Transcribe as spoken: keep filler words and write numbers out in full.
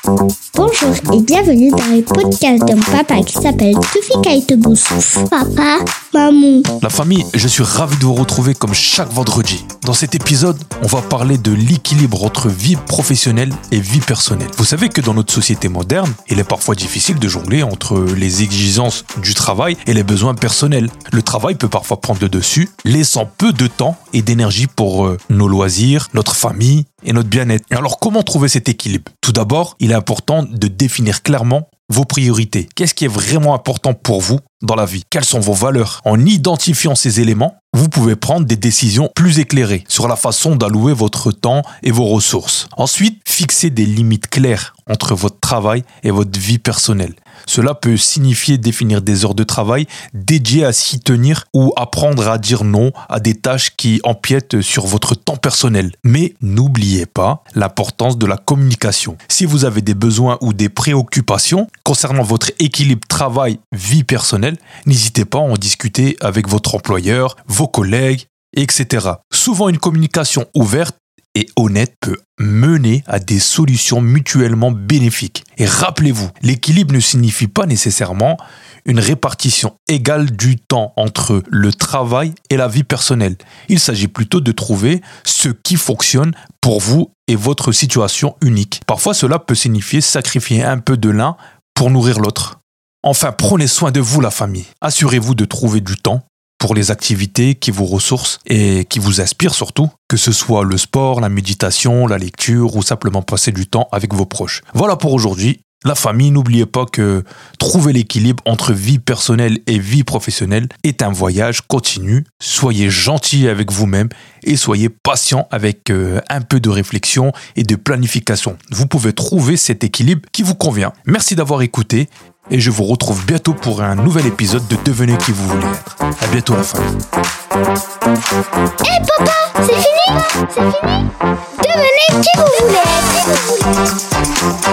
Bonjour et bienvenue dans le podcast de mon papa qui s'appelle Toufik Aïteboussouf. Papa, maman. La famille, je suis ravi de vous retrouver comme chaque vendredi. Dans cet épisode, on va parler de l'équilibre entre vie professionnelle et vie personnelle. Vous savez que dans notre société moderne, il est parfois difficile de jongler entre les exigences du travail et les besoins personnels. Le travail peut parfois prendre le dessus, laissant peu de temps et d'énergie pour euh, nos loisirs, notre famille et notre bien-être. Et alors, comment trouver cet équilibre ? Tout d'abord, il est important de définir clairement vos priorités. Qu'est-ce qui est vraiment important pour vous dans la vie ? Quelles sont vos valeurs ? En identifiant ces éléments, vous pouvez prendre des décisions plus éclairées sur la façon d'allouer votre temps et vos ressources. Ensuite, fixez des limites claires entre votre travail et votre vie personnelle. Cela peut signifier définir des heures de travail dédiées à s'y tenir ou apprendre à dire non à des tâches qui empiètent sur votre temps personnel. Mais n'oubliez pas l'importance de la communication. Si vous avez des besoins ou des préoccupations concernant votre équilibre travail-vie personnelle, n'hésitez pas à en discuter avec votre employeur, vos collègues, et cetera. Souvent, une communication ouverte et honnête peut mener à des solutions mutuellement bénéfiques. Et rappelez-vous, l'équilibre ne signifie pas nécessairement une répartition égale du temps entre le travail et la vie personnelle. Il s'agit plutôt de trouver ce qui fonctionne pour vous et votre situation unique. Parfois, cela peut signifier sacrifier un peu de l'un pour nourrir l'autre. Enfin, prenez soin de vous, la famille. Assurez-vous de trouver du temps pour les activités qui vous ressourcent et qui vous inspirent surtout, que ce soit le sport, la méditation, la lecture ou simplement passer du temps avec vos proches. Voilà pour aujourd'hui. La famille, n'oubliez pas que trouver l'équilibre entre vie personnelle et vie professionnelle est un voyage continu. Soyez gentil avec vous-même et soyez patient avec euh, un peu de réflexion et de planification. Vous pouvez trouver cet équilibre qui vous convient. Merci d'avoir écouté et je vous retrouve bientôt pour un nouvel épisode de Devenez qui vous voulez être. À bientôt la famille. Hé hey, papa, c'est fini ? C'est fini ? Devenez qui vous voulez être.